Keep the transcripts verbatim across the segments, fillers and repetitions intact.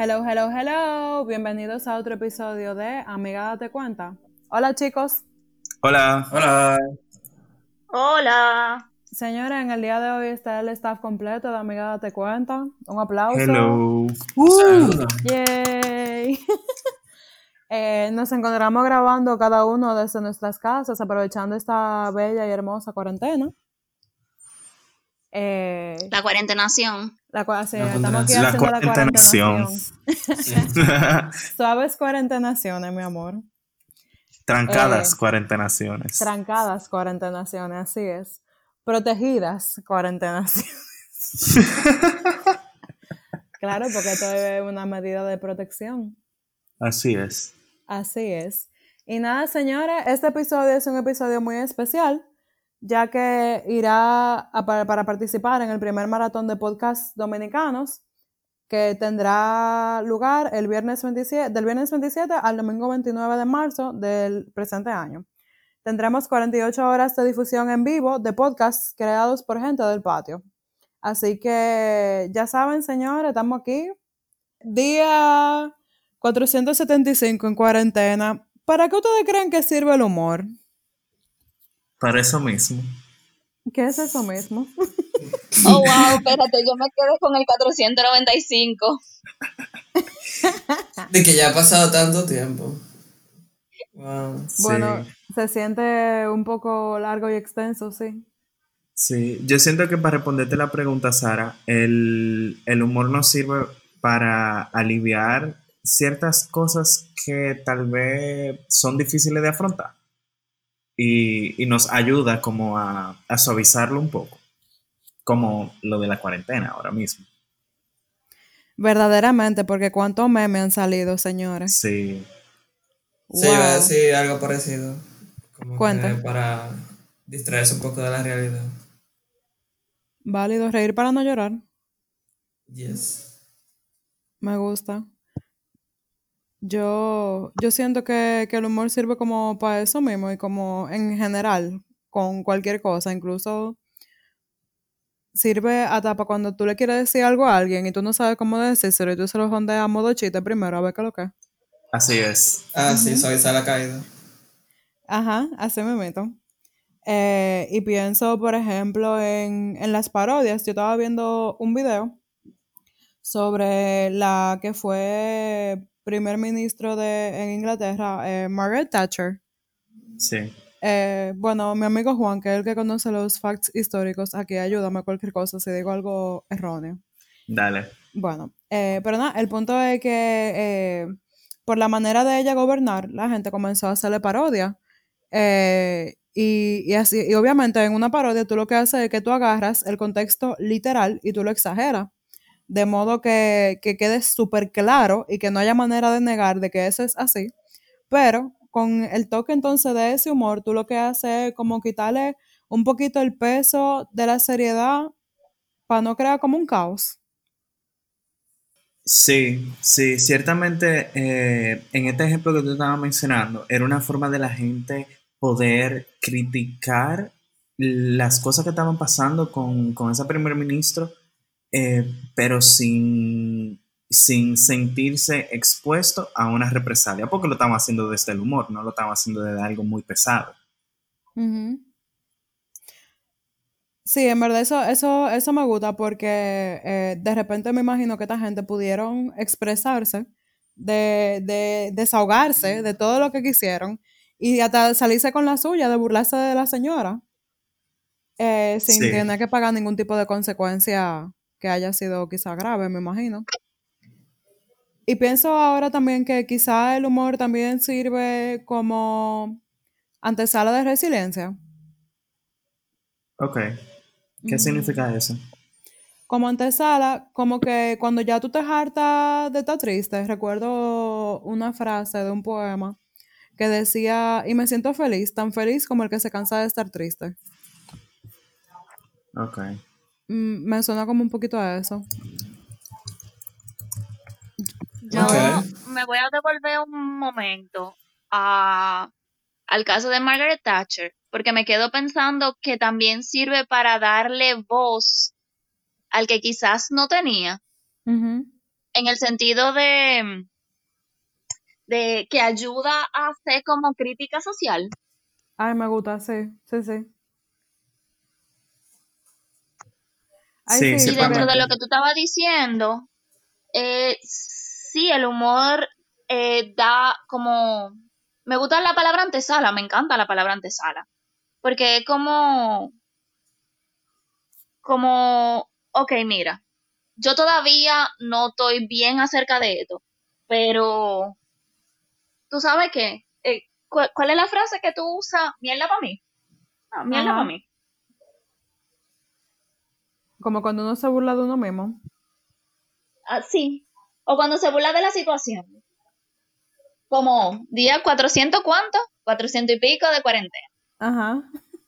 Hello, hello, hello. Bienvenidos a otro episodio de Amiga Date Cuenta. Hola, chicos. Hola. Hola. Hola. Señores, en el día de hoy está el staff completo de Amiga Date Cuenta. Un aplauso. Hello. Uh, Saludos. Yay. eh, nos encontramos grabando cada uno desde nuestras casas, aprovechando esta bella y hermosa cuarentena. Eh, La cuarentenación. la, cua- sí, La estamos aquí cuarentenación. La haciendo la cuarentenación. cuarentenación. Suaves cuarentenaciones, mi amor. Trancadas Eh, cuarentenaciones. Trancadas cuarentenaciones, así es. Protegidas cuarentenaciones. Claro, porque esto es una medida de protección. Así es. Así es. Y nada, señores, este episodio es un episodio muy especial, ya que irá a, para, para participar en el primer maratón de podcasts dominicanos, que tendrá lugar el viernes veintisiete, del viernes veintisiete al domingo veintinueve de marzo del presente año. Tendremos cuarenta y ocho horas de difusión en vivo de podcasts creados por gente del patio. Así que ya saben, señores, estamos aquí. Día cuatrocientos setenta y cinco en cuarentena. ¿Para qué ustedes creen que sirve el humor? Para eso mismo. ¿Qué es eso mismo? Oh, wow, espérate, yo me quedé con el cuatrocientos noventa y cinco. De que ya ha pasado tanto tiempo. Wow. Bueno, Sí. se siente un poco largo y extenso, sí. Sí. Yo siento que para responderte la pregunta, Sara, el, el humor nos sirve para aliviar ciertas cosas que tal vez son difíciles de afrontar. Y, y nos ayuda como a, a suavizarlo un poco. Como lo de la cuarentena ahora mismo. Verdaderamente, porque cuántos memes han salido, señores. Sí. Sí, iba a Wow. decir algo parecido. Como Cuenta. que para distraerse un poco de la realidad. Válido reír para no llorar. Yes. Me gusta. Yo, yo siento que, que el humor sirve como para eso mismo y como en general, con cualquier cosa, incluso sirve hasta para cuando tú le quieres decir algo a alguien y tú no sabes cómo decírselo y tú se lo jondeas a modo chiste primero, a ver qué es lo que es. Así es. Ah, sí, Ujú. suavizar la caída. Ajá, así me meto. Eh, y pienso, por ejemplo, en, en las parodias. Yo estaba viendo un video sobre la que fue primer ministro de en Inglaterra, eh, Margaret Thatcher. Sí. Eh, bueno, mi amigo Juan, que es el que conoce los facts históricos, aquí ayúdame a cualquier cosa si digo algo erróneo. Dale. Bueno, eh, pero nada, el punto es que eh, por la manera de ella gobernar, la gente comenzó a hacerle parodia. Eh, y, y así, y obviamente en una parodia tú lo que haces es que tú agarras el contexto literal y tú lo exageras. De modo que, que quede súper claro y que no haya manera de negar de que eso es así. Pero con el toque entonces de ese humor, tú lo que haces es como quitarle un poquito el peso de la seriedad para no crear como un caos. Sí, sí, ciertamente eh, en este ejemplo que tú estabas mencionando, era una forma de la gente poder criticar las cosas que estaban pasando con, con ese primer ministro, eh, pero sin, sin sentirse expuesto a una represalia, porque lo estaban haciendo desde el humor, no lo estaban haciendo desde algo muy pesado. Ujú. Sí, en verdad eso, eso, eso me gusta porque eh, de repente me imagino que esta gente pudieron expresarse, de, de desahogarse de todo lo que quisieron y hasta salirse con la suya, de burlarse de la señora, eh, sin Sí, tener que pagar ningún tipo de consecuencia que haya sido quizá grave, me imagino. Y pienso ahora también que quizá el humor también sirve como antesala de resiliencia. ok. ¿Qué Mm. significa eso? Como antesala, como que cuando ya tú te hartas de estar triste, recuerdo una frase de un poema que decía, y me siento feliz, tan feliz como el que se cansa de estar triste. Ok. Mm, me suena como un poquito a eso. Yo Ok. Ajá. me voy a devolver un momento a, al caso de Margaret Thatcher, porque me quedo pensando que también sirve para darle voz al que quizás no tenía. Ujú. en el sentido de, de que ayuda a hacer como crítica social. Ay, me gusta, sí, sí, sí. Ay, Sí, sí, Y dentro ciertamente. de lo que tú estabas diciendo, eh, sí, el humor eh, da como... Me gusta la palabra antesala, me encanta la palabra antesala, porque es como, como, ok, mira, yo todavía no estoy bien acerca de esto, pero tú sabes qué, eh, ¿cuál, cuál es la frase que tú usas? Mierda para mí. Ah, mierda para Ajá. mí. Como cuando uno se burla de uno mismo. Ah, sí. O cuando se burla de la situación. Como día cuatrocientos cuánto, cuatrocientos y pico de cuarentena. Ajá.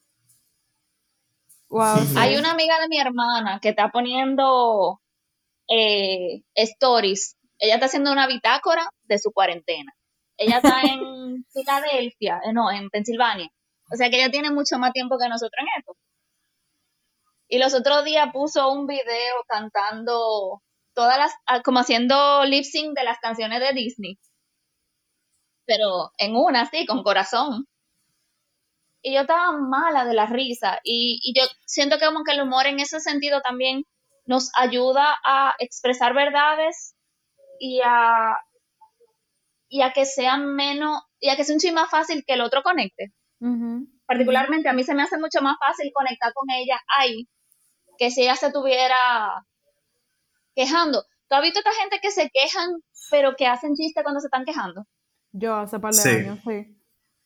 Wow, Hay sí. una amiga de mi hermana que está poniendo eh, stories. Ella está haciendo una bitácora de su cuarentena. Ella está en Filadelfia, eh, no, en Pensilvania. O sea que ella tiene mucho más tiempo que nosotros en esto. Y los otros días puso un video cantando todas las, ah, como haciendo lip sync de las canciones de Disney. Pero en una, sí, con corazón. Y yo estaba mala de la risa. Y, y yo siento que como que el humor en ese sentido también nos ayuda a expresar verdades y a, y a que sea menos, y a que sea un chin más fácil que el otro conecte. Ujú, ujú. Particularmente a mí se me hace mucho más fácil conectar con ella ahí que si ella se tuviera quejando. ¿Tú has visto esta gente que se quejan pero que hacen chiste cuando se están quejando? Yo hace par de Sí. años, sí.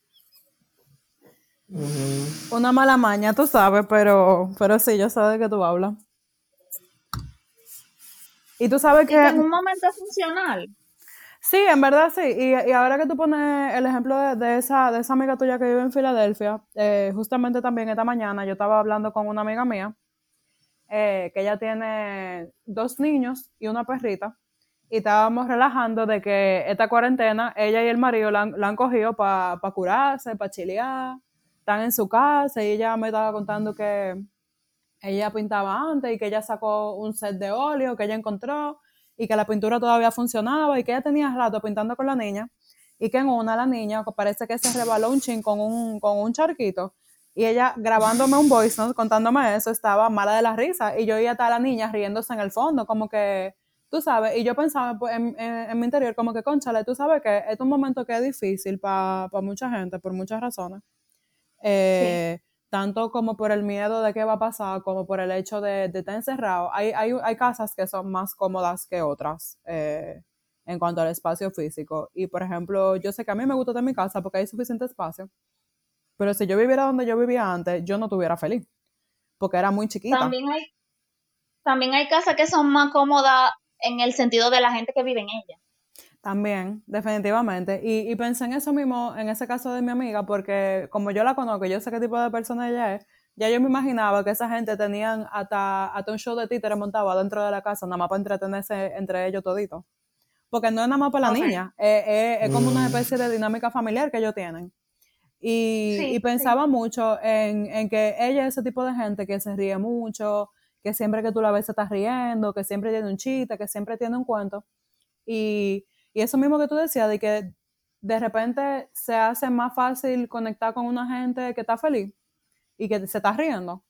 Ujú. Una mala maña, tú sabes, pero, pero sí, yo sé de qué tú hablas. Y tú sabes Y que en que, un momento es funcional. sí, en verdad sí. Y, y ahora que tú pones el ejemplo de, de esa, de esa amiga tuya que vive en Filadelfia, eh, justamente también esta mañana yo estaba hablando con una amiga mía, eh, que ella tiene dos niños y una perrita, y estábamos relajando de que esta cuarentena, ella y el marido la han, la han cogido para pa curarse, para chilear, están en su casa, y ella me estaba contando que ella pintaba antes y que ella sacó un set de óleo que ella encontró y que la pintura todavía funcionaba y que ella tenía rato pintando con la niña y que en una la niña parece que se rebaló un chin con un, con un charquito y ella grabándome un voice note contándome eso estaba mala de la risa y yo iba a la niña riéndose en el fondo como que tú sabes y yo pensaba pues, en, en, en mi interior como que conchale tú sabes que es un momento que es difícil para pa mucha gente por muchas razones Sí. eh, tanto como por el miedo de qué va a pasar, como por el hecho de, de estar encerrado. Hay, hay, hay casas que son más cómodas que otras eh, en cuanto al espacio físico. Y por ejemplo, yo sé que a mí me gusta de mi casa porque hay suficiente espacio, pero si yo viviera donde yo vivía antes, yo no estuviera feliz, porque era muy chiquita. También hay, también hay casas que son más cómodas en el sentido de la gente que vive en ellas. También, definitivamente. Y, y pensé en eso mismo, en ese caso de mi amiga, porque como yo la conozco, yo sé qué tipo de persona ella es, ya yo me imaginaba que esa gente tenían hasta, hasta un show de títeres montado dentro de la casa, nada más para entretenerse entre ellos toditos. Porque no es nada más para la Okay. niña, es, es, es como una Mm. especie de dinámica familiar que ellos tienen. Y, y Sí, sí. pensaba mucho en, en que ella es ese tipo de gente que se ríe mucho, que siempre que tú la ves se está riendo, que siempre tiene un chiste, que siempre tiene un cuento. Y, y eso mismo que tú decías, de que de repente se hace más fácil conectar con una gente que está feliz y que se está riendo.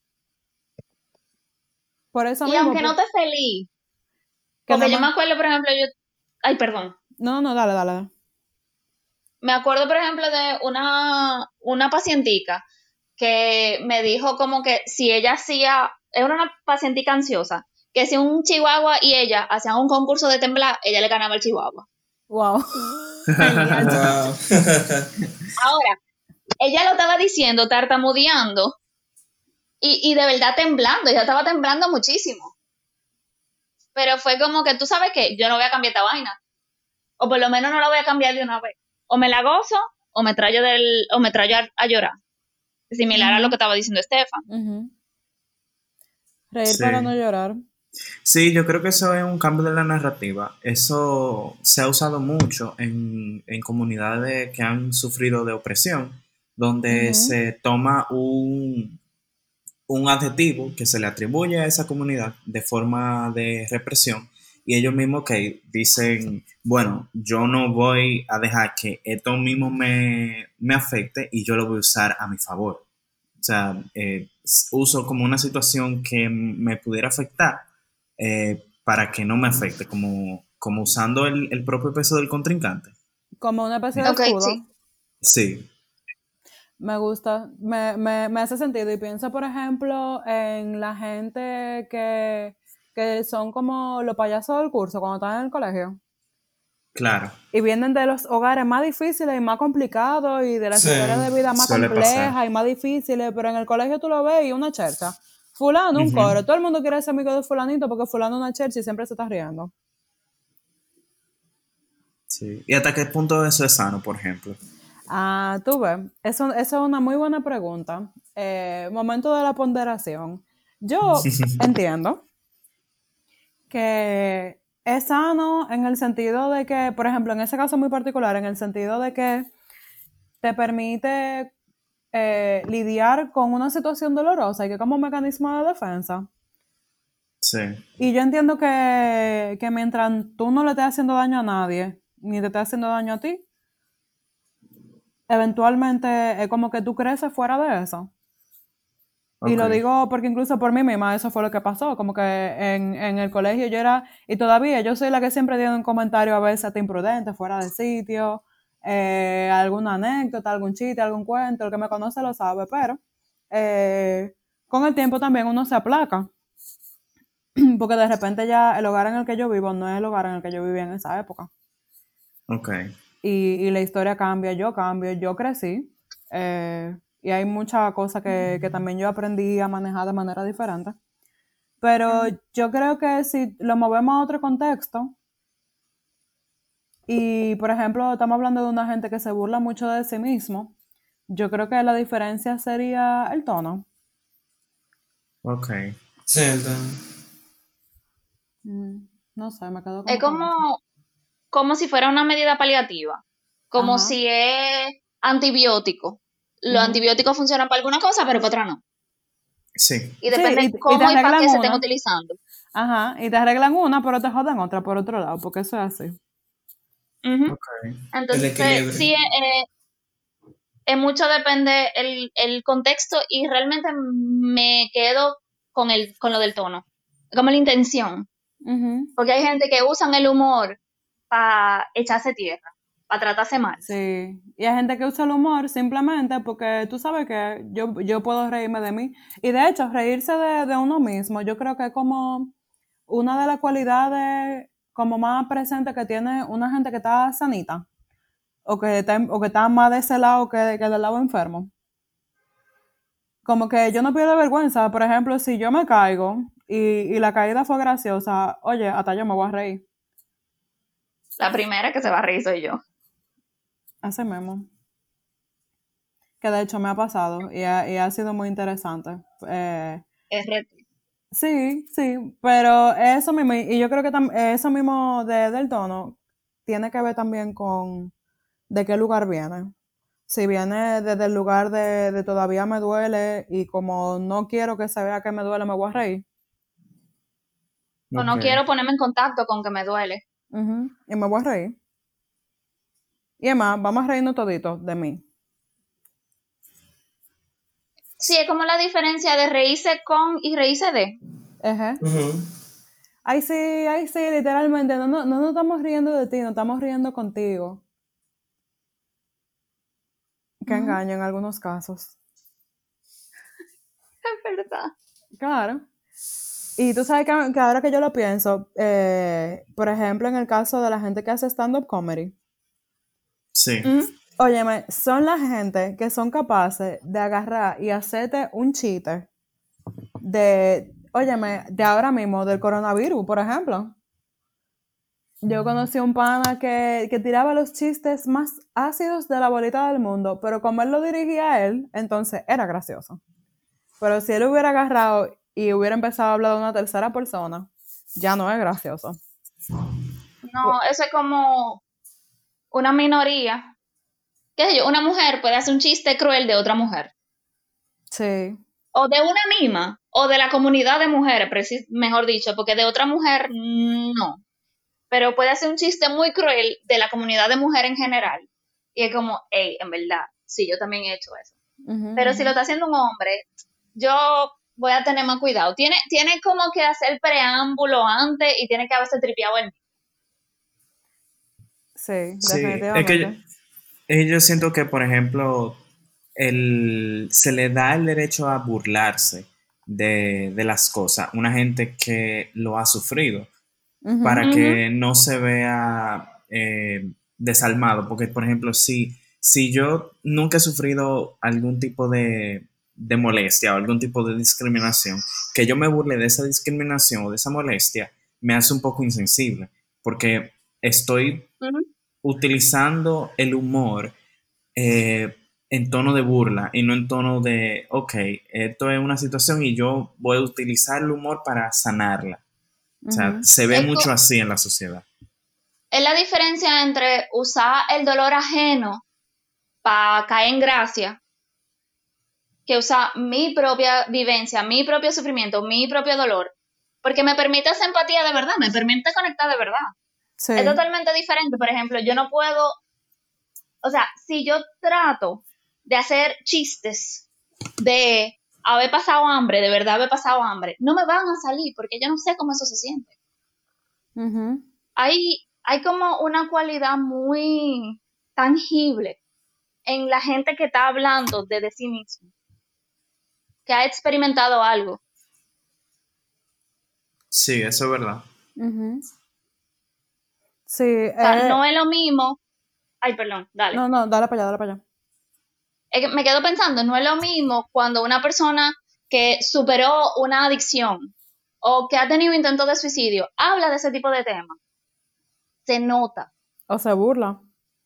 Por eso Y mismo, aunque no por- estés feliz, que nada porque yo me más... acuerdo, por ejemplo, yo, ay, perdón, No, no, dale, dale. me acuerdo, por ejemplo, de una, una pacientica que me dijo como que si ella hacía, era una pacientica ansiosa, que si un chihuahua y ella hacían un concurso de temblar, ella le ganaba al chihuahua. Wow. Genial. Wow. Ahora, ella lo estaba diciendo, tartamudeando, y, y de verdad temblando, ella estaba temblando muchísimo. Pero fue como que tú sabes que yo no voy a cambiar esta vaina. O por lo menos no la voy a cambiar de una vez. O me la gozo, o me traigo del, o me traigo a, a llorar. Similar a lo que Ujú, estaba diciendo Estefan. ujú. Reír para no Sí. llorar. Sí, yo creo que eso es un cambio de la narrativa. Eso se ha usado mucho en, en comunidades que han sufrido de opresión, donde Ujú, se toma un, un adjetivo que se le atribuye a esa comunidad de forma de represión y ellos mismos que dicen, bueno, yo no voy a dejar que esto mismo me, me afecte y yo lo voy a usar a mi favor. O sea, eh, uso como una situación que me pudiera afectar eh, para que no me afecte, como, como usando el, el propio peso del contrincante. Como una especie de Ok, escudo. sí. Sí, Me gusta, me, me, me hace sentido. Y pienso, por ejemplo, en la gente que, que son como los payasos del curso cuando están en el colegio. claro, Y vienen de los hogares más difíciles y más complicados y de las Sí. historias de vida más suele pasar. complejas y más difíciles, pero en el colegio tú lo ves y una chercha. Fulano, un Ujú. coro. Todo el mundo quiere ser amigo de fulanito porque fulano es una chercha y siempre se está riendo. Sí. ¿Y hasta qué punto eso es sano, por ejemplo? Ah, tú ves, eso, eso es una muy buena pregunta. Eh, momento de la ponderación. Yo entiendo que es sano en el sentido de que, por ejemplo, en ese caso muy particular, en el sentido de que te permite eh, lidiar con una situación dolorosa y que como mecanismo de defensa. Sí, Y yo entiendo que, que mientras tú no le estés haciendo daño a nadie, ni te estés haciendo daño a ti, eventualmente es como que tú creces fuera de eso. Y lo ok. digo porque incluso por mí misma eso fue lo que pasó, como que en, en el colegio yo era, y todavía yo soy la que siempre tiene un comentario a veces hasta imprudente, fuera de sitio, eh, alguna anécdota, algún chiste, algún cuento, el que me conoce lo sabe, pero eh, con el tiempo también uno se aplaca, porque de repente ya el hogar en el que yo vivo no es el hogar en el que yo vivía en esa época. Ok. Y, y la historia cambia, yo cambio, yo crecí, eh, y hay muchas cosas que, que también yo aprendí a manejar de manera diferente. Pero yo creo que si lo movemos a otro contexto, y por ejemplo estamos hablando de una gente que se burla mucho de sí mismo, yo creo que la diferencia sería el tono. Ok. Cierto. Mm, no sé, me quedo Es como con eso. como, como si fuera una medida paliativa. Como Ajá. si es antibiótico. Los Ujú. antibióticos funcionan para alguna cosa, pero para otra no. Sí, Y Sí, depende y, y te cómo y para arreglan qué se estén una. utilizando. Ajá, y te arreglan una, pero te joden otra por otro lado, porque eso es así. Ujú. ok. El Entonces, equilibrio. sí, eh, eh, mucho depende el, el contexto y realmente me quedo con, el, con lo del tono, como la intención. Ujú. Porque hay gente que usan el humor para echarse tierra, para tratarse mal. Sí, y hay gente que usa el humor simplemente porque tú sabes que yo, yo puedo reírme de mí. Y de hecho, reírse de, de uno mismo, yo creo que es como una de las cualidades como más presentes que tiene una gente que está sanita o que está, o que está más de ese lado que, que del lado enfermo. Como que yo no pierdo vergüenza, por ejemplo, si yo me caigo y, y la caída fue graciosa, oye, hasta yo me voy a reír. La primera que se va a reír soy yo. Así mismo. Que de hecho me ha pasado y ha, y ha sido muy interesante. Eh, Es reto. sí, sí, pero eso mismo, y yo creo que tam- eso mismo de, del tono tiene que ver también con de qué lugar viene. Si viene desde el lugar de, de todavía me duele y como no quiero que se vea que me duele, me voy a reír. O no Ok. quiero ponerme en contacto con que me duele. Ujú, y me voy a reír. Y además, vamos a reírnos toditos de mí. Sí, es como la diferencia de reírse con y reírse de. Ejé. Ujú. Ay, sí, ay, sí, literalmente, no, no, no nos estamos riendo de ti, nos estamos riendo contigo. Qué Ujú. engaño en algunos casos. Es verdad. Claro. Y tú sabes que, que ahora que yo lo pienso, eh, por ejemplo, en el caso de la gente que hace stand-up comedy, Sí, Ujú. óyeme, son la gente que son capaces de agarrar y hacerte un chiste de, óyeme, de ahora mismo, del coronavirus, por ejemplo. Yo conocí un pana que, que tiraba los chistes más ácidos de la bolita del mundo, pero como él lo dirigía a él, entonces era gracioso. Pero si él hubiera agarrado y hubiera empezado a hablar de una tercera persona, ya no es gracioso. No, eso es como una minoría. ¿Qué sé yo? Una mujer puede hacer un chiste cruel de otra mujer. Sí. O de una misma, o de la comunidad de mujeres, precis- mejor dicho, porque de otra mujer, no. pero puede hacer un chiste muy cruel de la comunidad de mujer en general. Y es como, hey, en verdad, sí, yo también he hecho eso. Ujú, Pero ujú. si lo está haciendo un hombre, yo voy a tener más cuidado. Tiene, tiene como que hacer preámbulo antes y tiene que haberse tripeado el Sí, Sí, es que yo, definitivamente. eh, yo siento que, por ejemplo, el, se le da el derecho a burlarse de, de las cosas, una gente que lo ha sufrido, Ujú, para Ujú. que no se vea eh, desalmado. Porque, por ejemplo, si, si yo nunca he sufrido algún tipo de, de molestia o algún tipo de discriminación, que yo me burle de esa discriminación o de esa molestia, me hace un poco insensible, porque estoy Ujú. utilizando el humor eh, en tono de burla y no en tono de, ok, esto es una situación y yo voy a utilizar el humor para sanarla. O sea, ujú. se ve Es, mucho co- así en la sociedad. es la diferencia entre usar el dolor ajeno para caer en gracia que usar mi propia vivencia, mi propio sufrimiento, mi propio dolor, porque me permite esa empatía de verdad, me permite conectar de verdad. Es Sí, totalmente diferente. Por ejemplo, yo no puedo, o sea, si yo trato de hacer chistes de haber pasado hambre, de verdad haber pasado hambre, no me van a salir porque yo no sé cómo eso se siente. ujú. Hay, hay como una cualidad muy tangible en la gente que está hablando de, de sí mismo, que ha experimentado algo. Sí, eso es verdad. Ujú. Sí, O sea, eh, no es lo mismo. Ay, perdón, dale. no, no, dale para allá, dale para allá. Es que me quedo pensando, no es lo mismo cuando una persona que superó una adicción o que ha tenido intentos de suicidio habla de ese tipo de temas. Se nota. O se burla.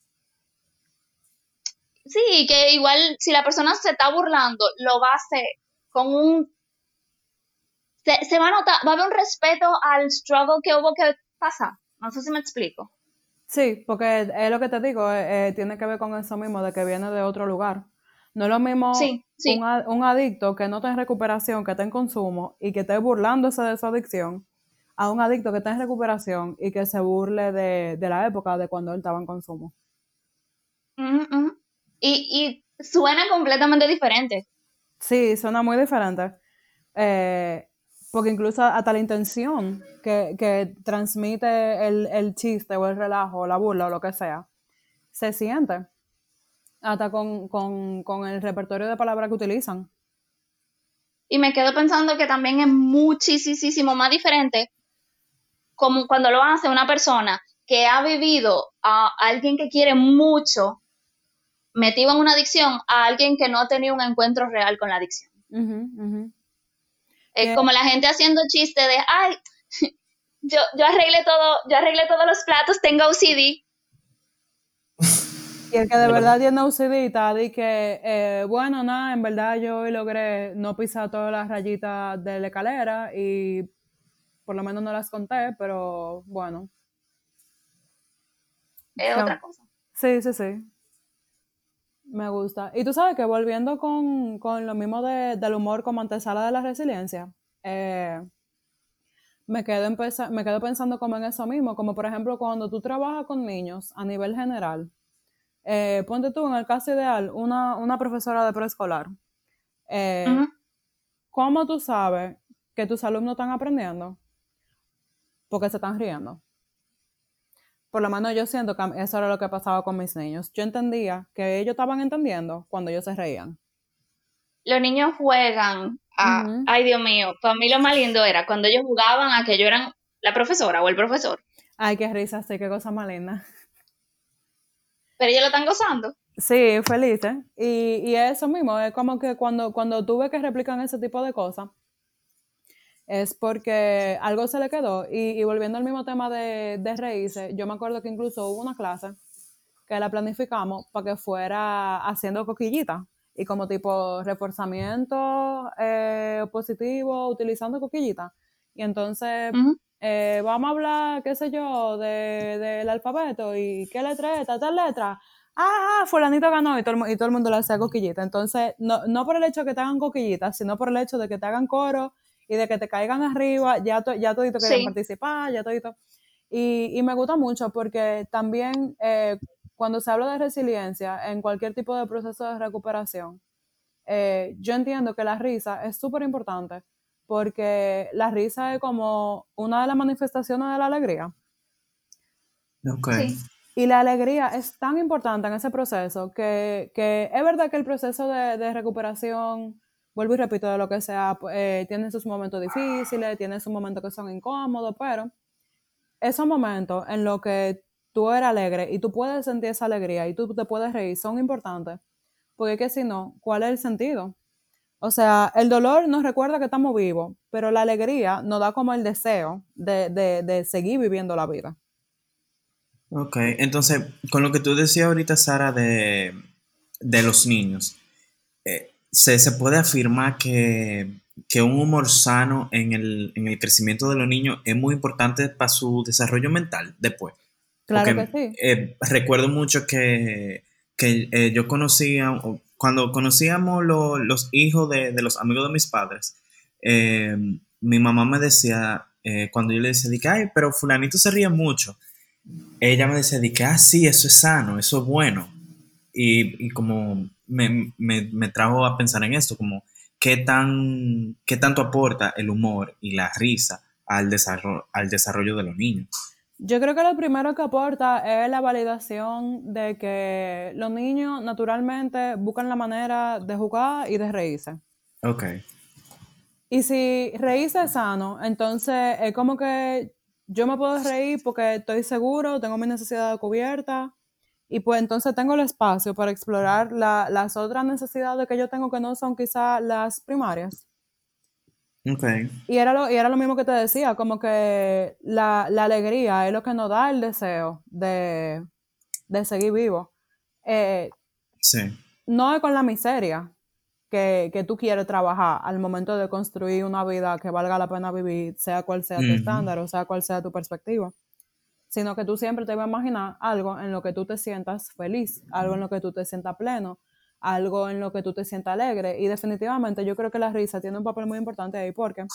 Sí, que igual si la persona se está burlando, lo va a hacer con un... Se, se va a notar, va a haber un respeto al struggle que hubo que pasar. No sé si me explico. Sí, porque es lo que te digo, eh, eh, tiene que ver con eso mismo, de que viene de otro lugar. No es lo mismo Sí, un, sí. a- un adicto que no está en recuperación, que está en consumo y que esté burlándose de su adicción, a un adicto que está en recuperación y que se burle de, de la época de cuando él estaba en consumo. Ujú, ujú. Y, y suena completamente diferente. Sí, suena muy diferente. Eh, porque incluso hasta la intención que, que transmite el, el chiste o el relajo o la burla o lo que sea, se siente. Hasta con, con, con el repertorio de palabras que utilizan. Y me quedo pensando que también es muchísimo más diferente como cuando lo hace una persona que ha vivido a alguien que quiere mucho metido en una adicción a alguien que no ha tenido un encuentro real con la adicción. Ujú, ujú. Es Que, como la gente haciendo chiste de, ay, yo, yo arreglé todo, yo arreglé todos los platos, tengo O C D. y el que de Bueno, verdad tiene O C D está de que, eh, bueno, nada, en verdad yo hoy logré no pisar todas las rayitas de la escalera y por lo menos no las conté, pero bueno. Es No. otra cosa. Sí, sí, sí. Me gusta. Y tú sabes que volviendo con, con lo mismo de, del humor como antesala de la resiliencia, eh, me quedo, empeza- me quedo pensando como en eso mismo, como por ejemplo cuando tú trabajas con niños a nivel general, eh, ponte tú en el caso ideal, una, una profesora de preescolar, eh, Ujú. ¿cómo tú sabes que tus alumnos están aprendiendo? Porque se están riendo. Por lo menos yo siento que eso era lo que pasaba con mis niños. Yo entendía que ellos estaban entendiendo cuando ellos se reían. Los niños juegan a, Ujú. ay Dios mío, para mí lo más lindo era cuando ellos jugaban a que yo eran la profesora o el profesor, Ay, qué risa, sí, qué cosa más linda. pero ellos lo están gozando. Sí, felices. Y, y eso mismo, es como que cuando, cuando tuve que replicar ese tipo de cosas, es porque algo se le quedó. Y, y volviendo al mismo tema de, de reírse, yo me acuerdo que incluso hubo una clase que la planificamos para que fuera haciendo coquillitas y como tipo reforzamiento eh, positivo utilizando coquillitas. Y entonces Ujú. eh, vamos a hablar, qué sé yo, de, del alfabeto y qué letra es esta, tal letra. Ah, ah, fulanito ganó y todo, el, mu- y todo el mundo le hacía coquillita. Entonces, no, no por el hecho de que te hagan coquillitas, sino por el hecho de que te hagan coro y de que te caigan arriba, ya, to, ya todito querían Sí. participar, ya todito. Y, y me gusta mucho porque también eh, cuando se habla de resiliencia en cualquier tipo de proceso de recuperación, eh, yo entiendo que la risa es súper importante porque la risa es como una de las manifestaciones de la alegría. Ok. Sí. Y la alegría es tan importante en ese proceso que, que es verdad que el proceso de, de recuperación, vuelvo y repito, de lo que sea, eh, tiene sus momentos difíciles, tiene sus momentos que son incómodos, pero esos momentos en los que tú eres alegre y tú puedes sentir esa alegría y tú te puedes reír son importantes, porque es que si no, ¿cuál es el sentido? O sea, el dolor nos recuerda que estamos vivos, pero la alegría nos da como el deseo de, de, de seguir viviendo la vida. Ok, entonces, con lo que tú decías ahorita, Sara, de, de los niños, eh, se, se puede afirmar que, que un humor sano en el, en el crecimiento de los niños es muy importante para su desarrollo mental después. Claro que Porque sí. eh, recuerdo mucho que, que eh, yo conocía, o cuando conocíamos lo- los hijos de, de los amigos de mis padres, eh, mi mamá me decía, eh, cuando yo le decía, de que, ay, pero fulanito se ríe mucho, ella me decía, de que, ah, sí, eso es sano, eso es bueno. Y, y como me, me, me trajo a pensar en esto, como qué, tan, qué tanto aporta el humor y la risa al desarrollo, al desarrollo de los niños. Yo creo que lo primero que aporta es la validación de que los niños naturalmente buscan la manera de jugar y de reírse. Ok, Y si reírse es sano, entonces es como que yo me puedo reír porque estoy seguro, tengo mi necesidad cubierta y pues entonces tengo el espacio para explorar la- las otras necesidades que yo tengo que no son quizás las primarias. ok, Y era lo, y era lo mismo que te decía, como que la, la alegría es lo que nos da el deseo de, de seguir vivo. Eh, sí. no es con la miseria que, que tú quieres trabajar al momento de construir una vida que valga la pena vivir, sea cual sea tu Ujú. estándar o sea cual sea tu perspectiva, sino que tú siempre te vas a imaginar algo en lo que tú te sientas feliz, algo en lo que tú te sientas pleno, algo en lo que tú te sientas alegre. Y definitivamente yo creo que la risa tiene un papel muy importante ahí porque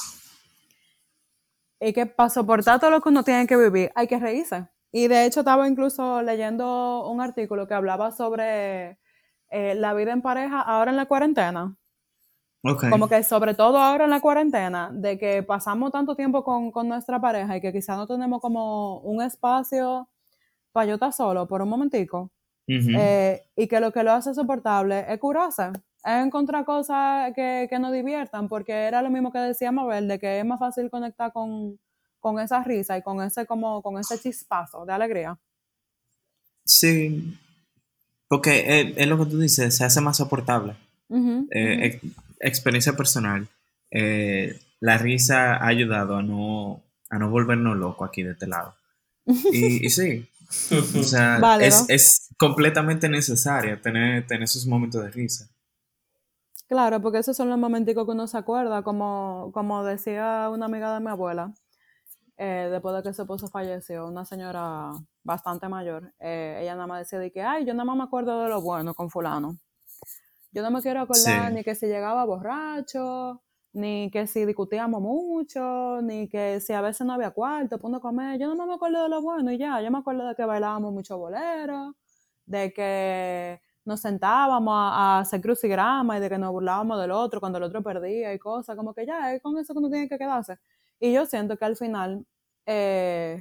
es que para soportar todo lo que uno tiene que vivir hay que reírse. Y de hecho estaba incluso leyendo un artículo que hablaba sobre eh, la vida en pareja ahora en la cuarentena. Ok, Como que sobre todo ahora en la cuarentena, de que pasamos tanto tiempo con, con nuestra pareja y que quizás no tenemos como un espacio para yo estar solo por un momentico. ujú. Eh, y que lo que lo hace soportable es curarse, es encontrar cosas que, que nos diviertan, porque era lo mismo que decía Mabel, de que es más fácil conectar con, con esa risa y con ese, como, con ese chispazo de alegría. Sí, porque es, es lo que tú dices, se hace más soportable. Ujú, Eh, ujú. ex- experiencia personal, eh, la risa ha ayudado a no, a no volvernos locos aquí de este lado. Y, y sí, o sea, es, Válido. es completamente necesario tener, tener esos momentos de risa. Claro, porque esos son los momenticos que uno se acuerda, como, como decía una amiga de mi abuela, eh, después de que su esposo falleció, una señora bastante mayor, eh, ella nada más decía de que, ay, yo nada más me acuerdo de lo bueno con fulano. Yo no me quiero acordar Sí, ni que si llegaba borracho, ni que si discutíamos mucho, ni que si a veces no había cuarto, punto comer. Yo no me acuerdo de lo bueno y ya. Yo me acuerdo de que bailábamos mucho bolero, de que nos sentábamos a, a hacer crucigrama y de que nos burlábamos del otro cuando el otro perdía y cosas. Como que ya, es con eso que uno tiene que quedarse. Y yo siento que al final eh,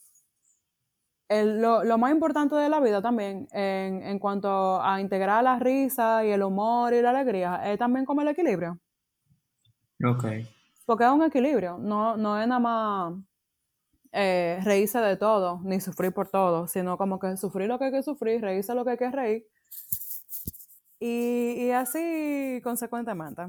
el- lo, lo más importante de la vida también, en, en cuanto a integrar la risa y el humor y la alegría, es también como el equilibrio. ok. Porque es un equilibrio, no, no es nada más eh, reírse de todo, ni sufrir por todo, sino como que sufrir lo que hay que sufrir, reírse lo que hay que reír, y, y así consecuentemente.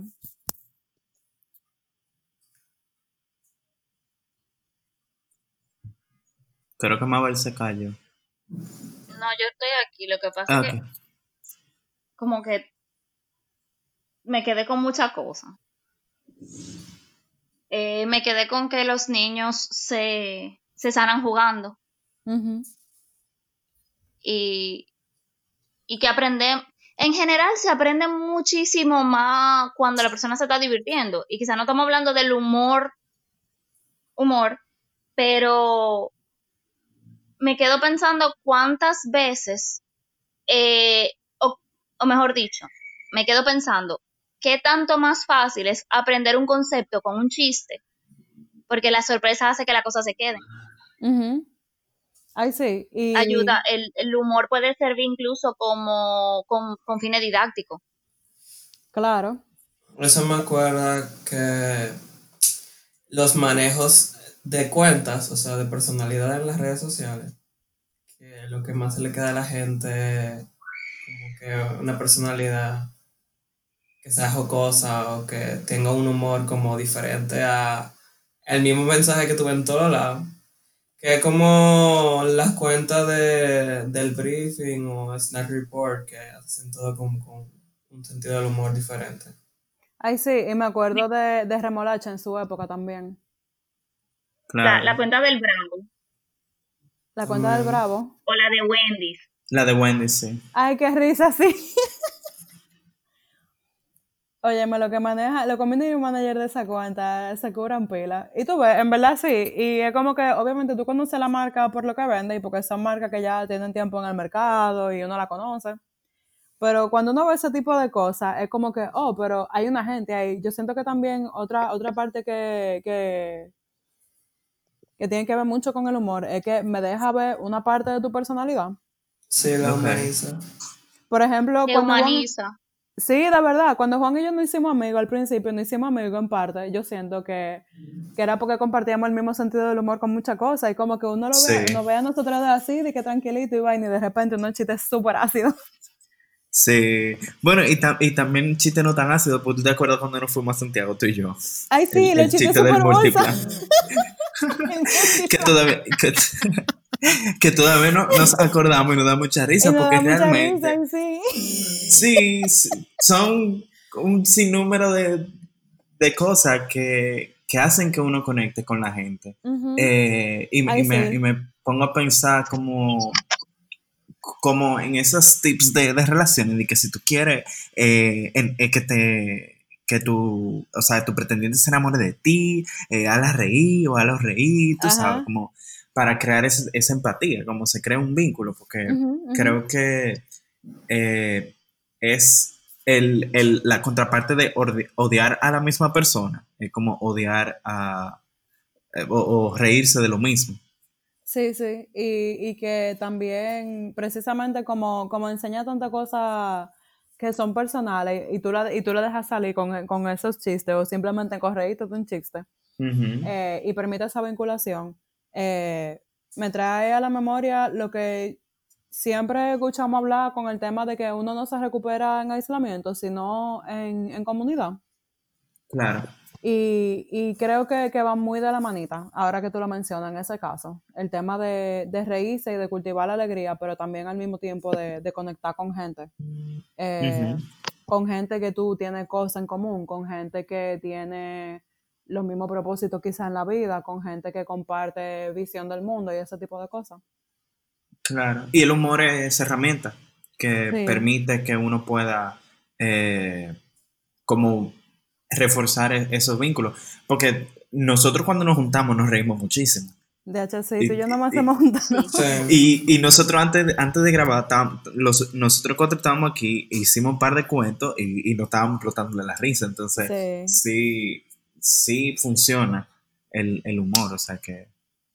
Creo que Mabel se cayó. No, yo estoy aquí. Lo que pasa Ah, es ok. que como que me quedé con muchas cosas. Eh, me quedé con que los niños se, se sanan jugando Ujú. y, y que aprenden, en general se aprende muchísimo más cuando la persona se está divirtiendo. Y quizá no estamos hablando del humor, humor, pero me quedo pensando cuántas veces, eh, o, o mejor dicho, me quedo pensando qué tanto más fácil es aprender un concepto con un chiste, porque la sorpresa hace que la cosa se quede. Ujú. Ay, sí. Y Ayuda, el, el humor puede servir incluso como con, con fines didácticos. claro. Eso me acuerda que los manejos de cuentas, o sea, de personalidad en las redes sociales, que lo que más se le queda a la gente, como que una personalidad que sea jocosa o que tenga un humor como diferente a el mismo mensaje que tuve en todos lados. Que es como las cuentas de, del briefing o snack report que hacen todo con, con un sentido del humor diferente. Ay, sí, y me acuerdo de, de Remolacha en su época también. La, Claro. la cuenta del Bravo La cuenta del También. Bravo. o la de Wendy's. La de Wendy, sí. Ay, qué risa, sí. Óyeme, lo que maneja, lo community manager de esa cuenta se cobran pila. Y tú ves, en verdad sí. Y es como que, obviamente, tú conoces la marca por lo que vende y porque son marcas que ya tienen tiempo en el mercado y uno la conoce. Pero cuando uno ve ese tipo de cosas, es como que, oh, pero hay una gente ahí. Yo siento que también otra, otra parte que, que, que tiene que ver mucho con el humor es que me deja ver una parte de tu personalidad. Sí, la Ok. humaniza. Por ejemplo, Que cuando Juan, humaniza. sí, de verdad, cuando Juan y yo no hicimos amigos al principio, no hicimos amigos en parte, yo siento que, que era porque compartíamos el mismo sentido del humor con muchas cosas y como que uno lo ve, Sí, nos ve a nosotros de así, de que tranquilito y vaina y de repente unos chistes súper ácidos. sí. Bueno, y, ta- y también un chiste no tan ácido, porque tú te acuerdas cuando nos fuimos a Santiago, tú y yo. Ay, sí, El, los el chistes chiste del súper bolsa. multiplan. El Que multiplan. todavía, que, que todavía no, nos acordamos y nos da mucha Y risa, nos porque da mucha risa, realmente, y sí. sí, sí, son un sinnúmero de, de cosas que, que hacen que uno conecte con la gente. Ujú. Eh, y, me- y Ay, me, y sí. me pongo a pensar como, como en esos tips de, de relaciones, de que si tú quieres eh, en- eh, que te que tu, o sea, tu pretendiente se enamore de ti, eh, hazla reír o hazlo reír, tú sabes, Ajá. como para crear ese- esa empatía, como se crea un vínculo, porque Ujú, ujú. creo que eh, es el, el- la contraparte de orde- odiar a la misma persona, es como odiar a, eh, o, o reírse de lo mismo. Sí, sí. Y, y que también, precisamente como, como enseña tantas cosas que son personales y tú la, y tú la dejas salir con, con esos chistes o simplemente correíto de un chiste Ujú. eh, y permite esa vinculación, eh, me trae a la memoria lo que siempre escuchamos hablar con el tema de que uno no se recupera en aislamiento, sino en, en comunidad. Claro, Y, y creo que, que va muy de la manita, ahora que tú lo mencionas en ese caso, el tema de, de reírse y de cultivar la alegría, pero también al mismo tiempo de, de conectar con gente, eh, ujú, con gente que tú tienes cosas en común, con gente que tiene los mismos propósitos quizás en la vida, con gente que comparte visión del mundo y ese tipo de cosas. claro. Y el humor es herramienta que Sí, permite que uno pueda eh, como reforzar e- esos vínculos. Porque nosotros cuando nos juntamos nos reímos muchísimo. de hecho sí, tú y Y, yo nada más y, hemos juntado. Sí. Sí. y- y nosotros antes, de- antes de grabar, estábamos- los, nosotros cuando estábamos aquí, hicimos un par de cuentos y, y nos estábamos explotando de la risa. Entonces, Sí, sí, sí funciona el, el humor. O sea que,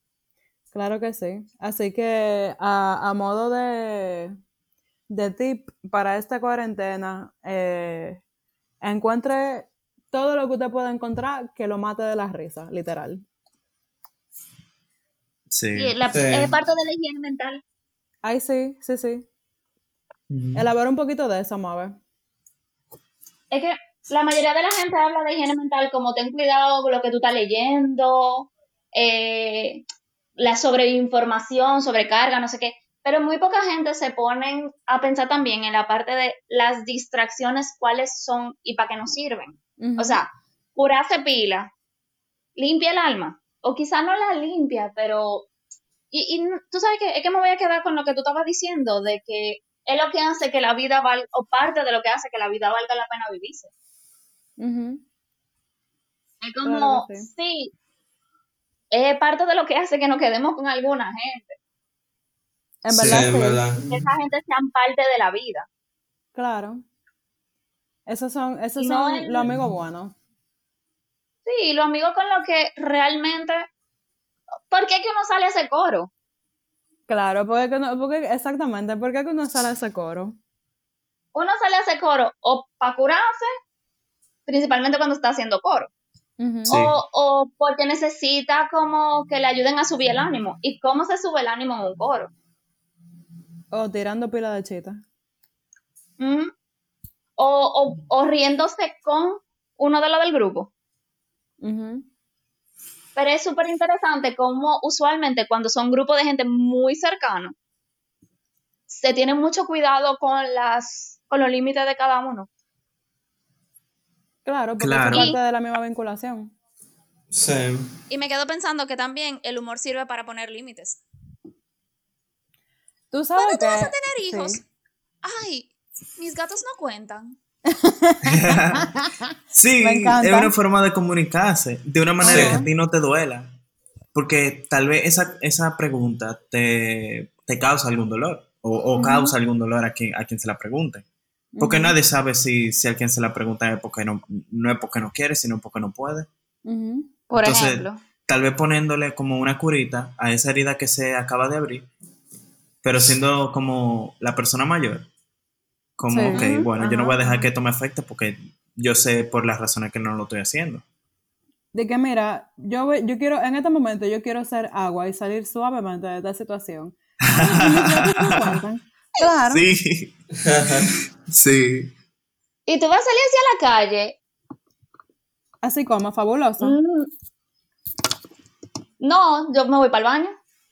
claro que sí. Así que a, a modo de, de tip para esta cuarentena, eh, encuentre todo lo que usted pueda encontrar que lo mate de la risa, literal. sí. Sí, la, es Sí. parte de la higiene mental. Ay, sí, sí, sí. Ujú. Elabora un poquito de eso, Mave. Es que la mayoría de la gente habla de higiene mental como ten cuidado con lo que tú estás leyendo, eh, la sobreinformación, sobrecarga, no sé qué. Pero muy poca gente se ponen a pensar también en la parte de las distracciones, cuáles son y para qué nos sirven. O Ujú. sea, curarse pila, limpia el alma. O quizá no la limpia, pero... Y, y tú sabes que es que me voy a quedar con lo que tú estabas diciendo, de que es lo que hace que la vida valga, o parte de lo que hace que la vida valga la pena vivirse. Ujú. Es Claro que como, sí. sí, es parte de lo que hace que nos quedemos con alguna gente. En Sí, verdad, en sí. verdad. Que esa gente sean parte de la vida. Claro. Esos son, esos Y no son el- los amigos buenos. Sí, los amigos con los que realmente... ¿Por qué que uno sale a ese coro? Claro, porque, que no- porque exactamente, ¿por qué que uno sale a ese coro? Uno sale a ese coro o para curarse, principalmente cuando está haciendo coro, Ujú. Sí. o, o porque necesita como que le ayuden a subir el ánimo. ¿Y cómo se sube el ánimo en un coro? O tirando pila de chita. ¿Mm? O, o, o riéndose con uno de los del grupo. Ujú. Pero es súper interesante cómo usualmente cuando son grupos de gente muy cercano, se tiene mucho cuidado con las con los límites de cada uno. Claro, porque eso es Claro. parte Y, de la misma vinculación. Sí. Y me quedo pensando que también el humor sirve para poner límites. Tú sabes ¿Cuándo tú vas a que... tener hijos? Sí. Ay, mis gatos no cuentan. Sí, Me encanta. es una forma de comunicarse de una manera Sí. que a ti no te duela. Porque tal vez esa, esa pregunta te, te causa algún dolor o, o Ujú. causa algún dolor a quien, a quien se la pregunte. Porque Ujú. nadie sabe si, si a quien se la pregunta es porque no, no es porque no quiere, sino porque no puede. Ujú. por Entonces, ejemplo, tal vez poniéndole como una curita a esa herida que se acaba de abrir, pero siendo como la persona mayor, como, Sí. ok, Ujú. bueno, yo no voy a Ajá. dejar que esto me afecte porque yo sé por las razones que no lo estoy haciendo. De que mira, yo, voy- yo quiero, en este momento yo quiero ser agua y salir suavemente de esta situación. Ay, y mis gatos no cuentan. Claro. Sí, sí. y tú vas a salir hacia la calle. Así como, fabuloso. mm, No, yo me voy para el baño.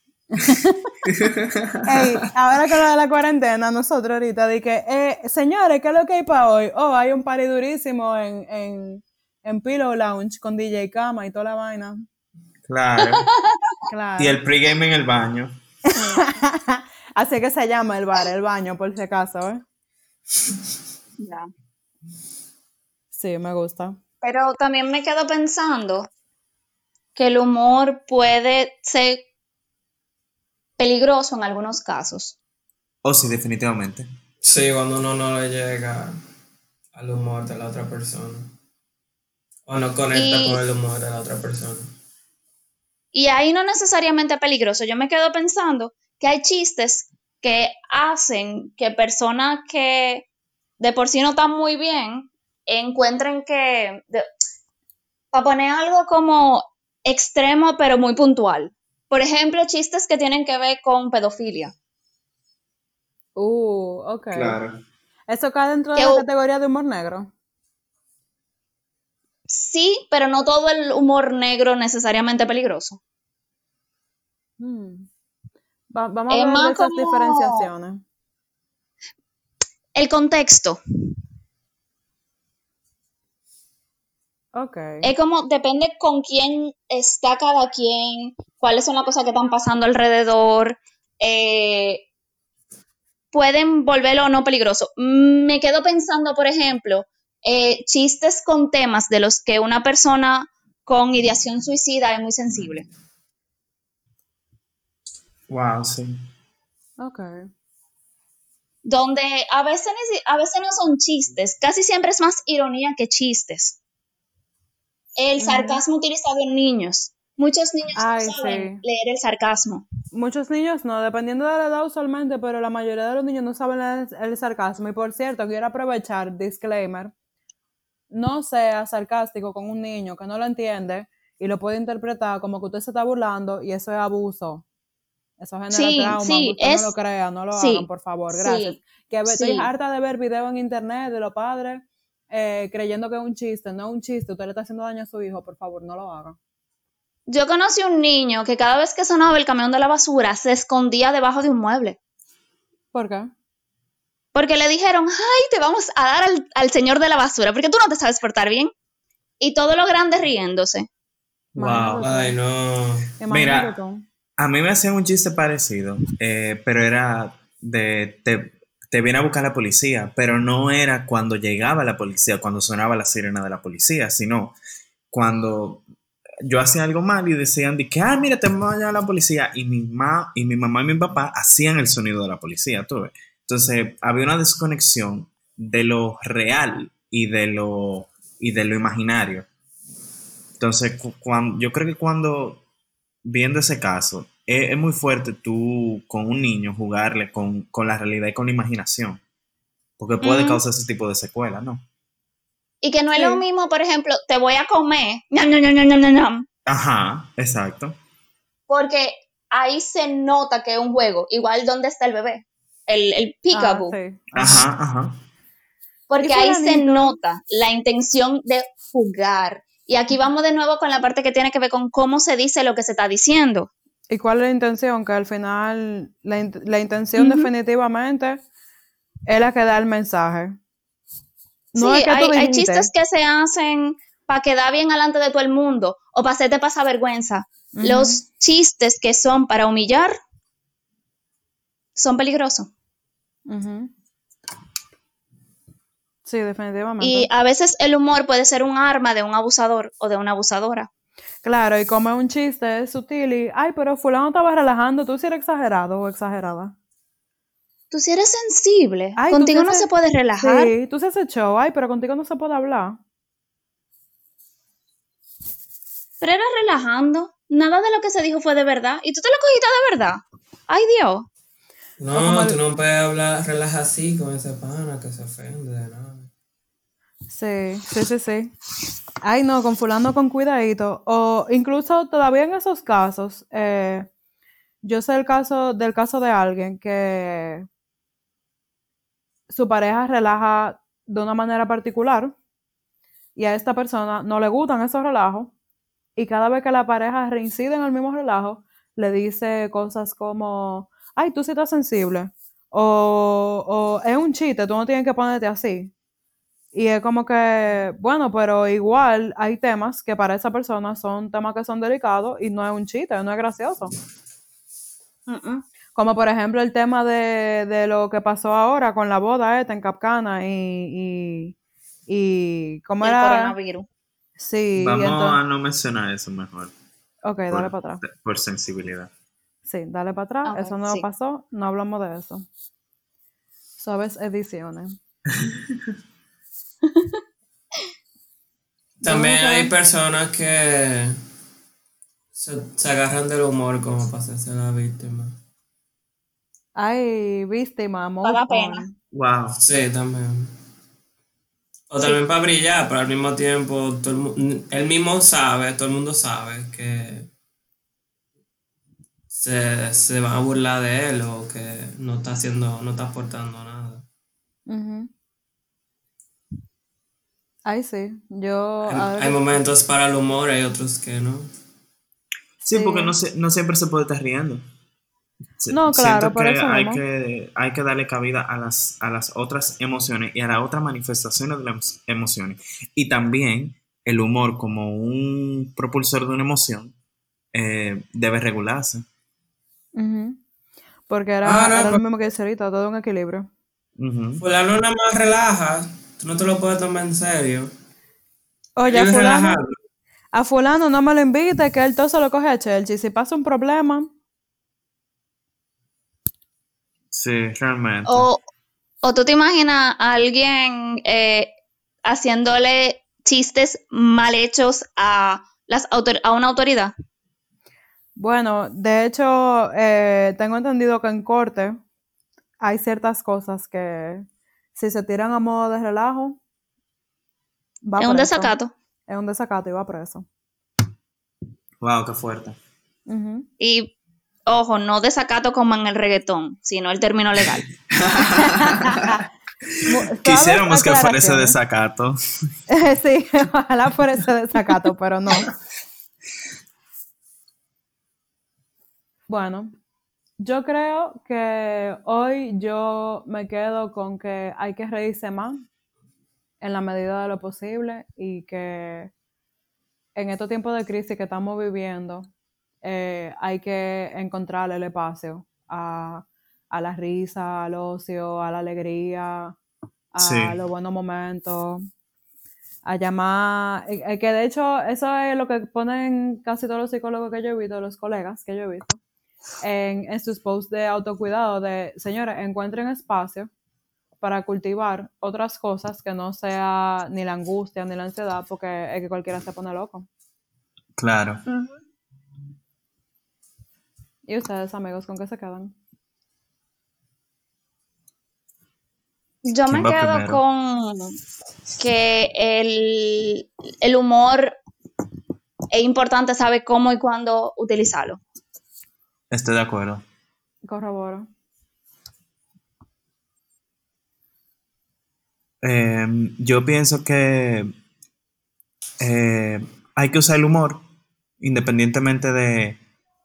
Ey, ahora con lo de la cuarentena, nosotros ahorita, de que, eh, señores, ¿qué es lo que hay para hoy? Oh, hay un party durísimo en, en, en Pillow Lounge con D J Kama y toda la vaina. Claro. Claro. Y el pregame en el baño. Así que se llama el bar, el baño, por si acaso, ¿eh? Ya. Sí, me gusta. Pero también me quedo pensando que el humor puede ser peligroso en algunos casos. Oh, sí, definitivamente. Sí, cuando uno no le llega al humor de la otra persona. O no conecta Y, con el humor de la otra persona. y ahí no necesariamente peligroso. Yo me quedo pensando que hay chistes que hacen que personas que de por sí no están muy bien encuentren que, de- para poner algo como extremo pero muy puntual. Por ejemplo, chistes que tienen que ver con pedofilia. Uh, ok. Claro. ¿Eso cae dentro de Que la u- categoría de humor negro? sí, pero no todo el humor negro necesariamente peligroso. Hmm. Va- vamos a Es hablar de más esas como diferenciaciones. el contexto. Ok. Es como, depende con quién está cada quien, cuáles son las cosas que están pasando alrededor. eh, pueden volverlo o no peligroso. Me quedo pensando, por ejemplo, eh, chistes con temas de los que una persona con ideación suicida es muy sensible. Wow, sí. Ok. Donde a veces, ni si- a veces no son chistes, casi siempre es más ironía que chistes. El Ujú. sarcasmo utilizado en niños. Muchos niños no Ay, saben sí. leer el sarcasmo. Muchos niños no, dependiendo de la edad usualmente, pero la mayoría de los niños no saben el, el sarcasmo. Y por cierto, quiero aprovechar, disclaimer, no sea sarcástico con un niño que no lo entiende y lo puede interpretar como que usted se está burlando y eso es abuso. Eso genera Sí, trauma, aunque sí, usted no lo es, crea, no lo hagan, sí, por favor, gracias. sí, Que ve- estoy sí. harta de ver videos en internet de los padres eh, creyendo que es un chiste, no es un chiste, usted le está haciendo daño a su hijo, por favor, no lo haga. Yo conocí un niño que cada vez que sonaba el camión de la basura se escondía debajo de un mueble. ¿Por qué? Porque le dijeron, ay, te vamos a dar al, al señor de la basura, porque tú no te sabes portar bien. Y todo lo grande riéndose. Imagínate Wow. tú. Ay, no. Imagínate Mira, tú. a mí me hacían un chiste parecido, eh, pero era de, te, te viene a buscar la policía, pero no era cuando llegaba la policía, cuando sonaba la sirena de la policía, sino cuando yo hacía algo mal y decían de que, ah, mira, te vamos a llamar a la policía. Y mi, ma, y mi mamá y mi papá hacían el sonido de la policía, tú ves. Entonces, había una desconexión de lo real y de lo, y de lo imaginario. Entonces, cu- cuando, yo creo que cuando, viendo ese caso, es, es muy fuerte tú con un niño jugarle con, con la realidad y con la imaginación, porque puede Ujú. causar ese tipo de secuelas, ¿no? Y que no es lo Sí. mismo, por ejemplo, te voy a comer, ñam, ñam, ñam, ñam, ñam, ñam, ñam, Ajá, exacto. porque ahí se nota que es un juego. Igual, ¿dónde está el bebé? El, el Ah, peekaboo. sí. Ajá. Ajá, ajá. Y Porque ahí se fulanito. nota la intención de jugar. Y aquí vamos de nuevo con la parte que tiene que ver con cómo se dice lo que se está diciendo. ¿Y cuál es la intención? Que al final, la, in- la intención Ujú. definitivamente es la que da el mensaje. No Sí, es que tú hay, hay dijiste. chistes que se hacen para quedar bien alante de todo el mundo o para hacerte pasar vergüenza. Ujú, Los chistes que son para humillar son peligrosos. ujú. Sí, definitivamente. Y a veces el humor puede ser un arma de un abusador o de una abusadora. Claro, y como es un chiste, es sutil y, ay, pero fulano estaba relajando, tú sí eres exagerado o exagerada. Tú si eres sensible, Ay, tú sí contigo no haces, se puede relajar. sí, tú sí haces show, ay, pero contigo no se puede hablar. Pero era relajando. Nada de lo que se dijo fue de verdad. Y tú te lo cogiste de verdad. Ay, Dios. O como No, tú el- no puedes hablar, relaja así con ese pana que se ofende de nada. Sí, sí, sí, sí. Ay, no, con fulano con cuidadito. O incluso todavía en esos casos, eh, yo sé el caso del caso de alguien que su pareja relaja de una manera particular y a esta persona no le gustan esos relajos y cada vez que la pareja reincide en el mismo relajo, le dice cosas como, ay, tú sí estás sensible. O, o es un chiste, tú no tienes que ponerte así. Y es como que, bueno, pero igual hay temas que para esa persona son temas que son delicados y no es un chiste, no es gracioso. Mm-mm. Como por ejemplo el tema de, de lo que pasó ahora con la boda esta en Capcana y, y, y ¿cómo Y el era? coronavirus. Sí, y Vamos entonces, a no mencionar eso mejor, ok, dale por, para atrás. por sensibilidad. Sí, dale para atrás, Ok, eso no sí. pasó, no hablamos de eso. Suaves ediciones. También Vamos a hay ver. personas que se, se agarran del humor como para hacerse la víctima. Ay, víctima, Pa' move dar pena. on. Wow. Sí, también. O Sí. también para brillar, pero al mismo tiempo todo el mu- él mismo sabe, todo el mundo sabe que se, se van a burlar de él o que no está haciendo, no está aportando nada. Ujú. Ay, sí, yo, Hay, a hay veces, momentos para el humor, hay otros que no. Sí, porque no, sí. se- no siempre se puede estar riendo. Se- No, claro, Siento por que eso hay mismo. que, hay que darle cabida a las, a las otras emociones y a las otras manifestaciones de las emociones. Y también el humor como un propulsor de una emoción eh, debe regularse. Ujú. Porque Ah, era, no, era lo pero mismo que dice ahorita, todo un equilibrio. Ujú. fulano nada más relaja, tú no te lo puedes tomar en serio. Él Oye, a vive fulano, relajando. a fulano no me lo invite, que él todo se lo coge a Chelsea. Si pasa un problema, Sí, realmente. O, o tú te imaginas a alguien eh, haciéndole chistes mal hechos a, las autor- a una autoridad. bueno, de hecho, eh, tengo entendido que en corte hay ciertas cosas que si se tiran a modo de relajo, va Es un preso. desacato. Es un desacato y va preso. Wow, qué fuerte. Ujú. Y, ojo, no desacato como en el reggaetón, sino el término legal. Mu- ¿Sabes? Quisiéramos que fuera ese Aclaraciones. desacato. Sí, ojalá fuera ese desacato, pero no. Bueno, yo creo que hoy yo me quedo con que hay que reírse más en la medida de lo posible y que en estos tiempos de crisis que estamos viviendo eh, hay que encontrarle el espacio a, a la risa, al ocio, a la alegría, a Sí. los buenos momentos, a llamar, eh, eh, que de hecho eso es lo que ponen casi todos los psicólogos que yo he visto, los colegas que yo he visto, en, en sus posts de autocuidado, de, señores, encuentren espacio para cultivar otras cosas que no sea ni la angustia ni la ansiedad, porque es que cualquiera se pone loco. Claro. Ujú. ¿Y ustedes, amigos, con qué se quedan? Yo me ¿Quién va quedo primero? con que el, el humor es importante saber cómo y cuándo utilizarlo. Estoy de acuerdo. Corroboro. Eh, yo pienso que eh, hay que usar el humor independientemente de,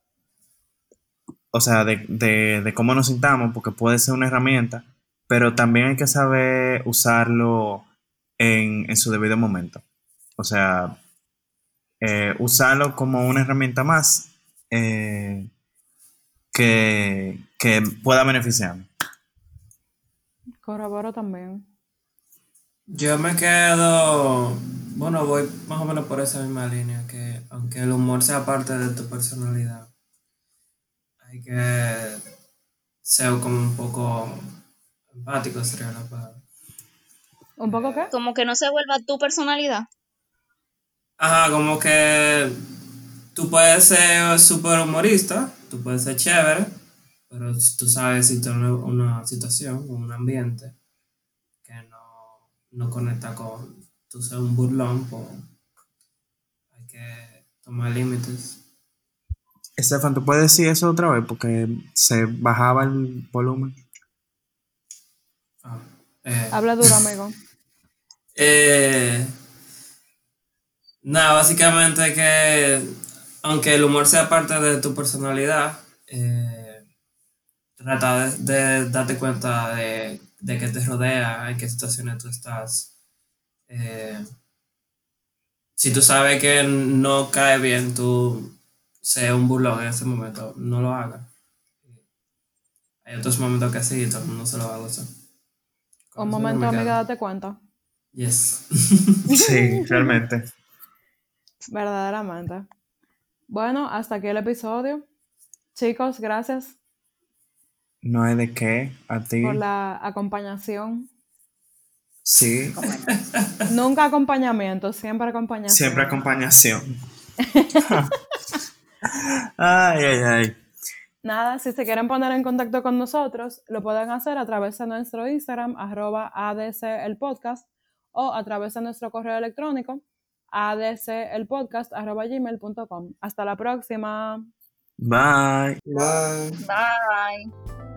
o sea, de, de, de cómo nos sintamos, porque puede ser una herramienta, pero también hay que saber usarlo en, en su debido momento. O sea, eh, usarlo como una herramienta más eh, que, que pueda beneficiarnos. Corroboro también. Yo me quedo, bueno, voy más o menos por esa misma línea, que aunque el humor sea parte de tu personalidad, hay que ser como un poco empático, sería la palabra. ¿Un poco qué? Como que no se vuelva tu personalidad. Ajá, como que tú puedes ser súper humorista, tú puedes ser chévere, pero si tú sabes si tienes una, una situación, un ambiente que no, no conecta con tú ser un burlón, pues hay que tomar límites. Estefan, ¿tú puedes decir eso otra vez? Porque se bajaba el volumen. Ah, eh, Habla duro, amigo. eh, nada, básicamente que aunque el humor sea parte de tu personalidad, eh, trata de, de darte cuenta de, de qué te rodea, en qué situaciones tú estás. Eh, si tú sabes que no cae bien, tú seas un burlón en ese momento, no lo hagas. Hay otros momentos que sí, todo el mundo se lo va a gozar. Con Un eso yo momento, me amiga, quedo. date cuenta. Yes. Sí, realmente. Verdaderamente. Bueno, hasta aquí el episodio. Chicos, gracias No hay de qué, a por ti. la acompañación. Sí, Nunca acompañamiento, siempre acompañación. siempre acompañación. Ay, ay, ay. Nada, si se quieren poner en contacto con nosotros, lo pueden hacer a través de nuestro Instagram, arroba ADC el podcast, o a través de nuestro correo electrónico, adcelpodcast arroba gmail punto com. Hasta la próxima. Bye. Bye. Bye.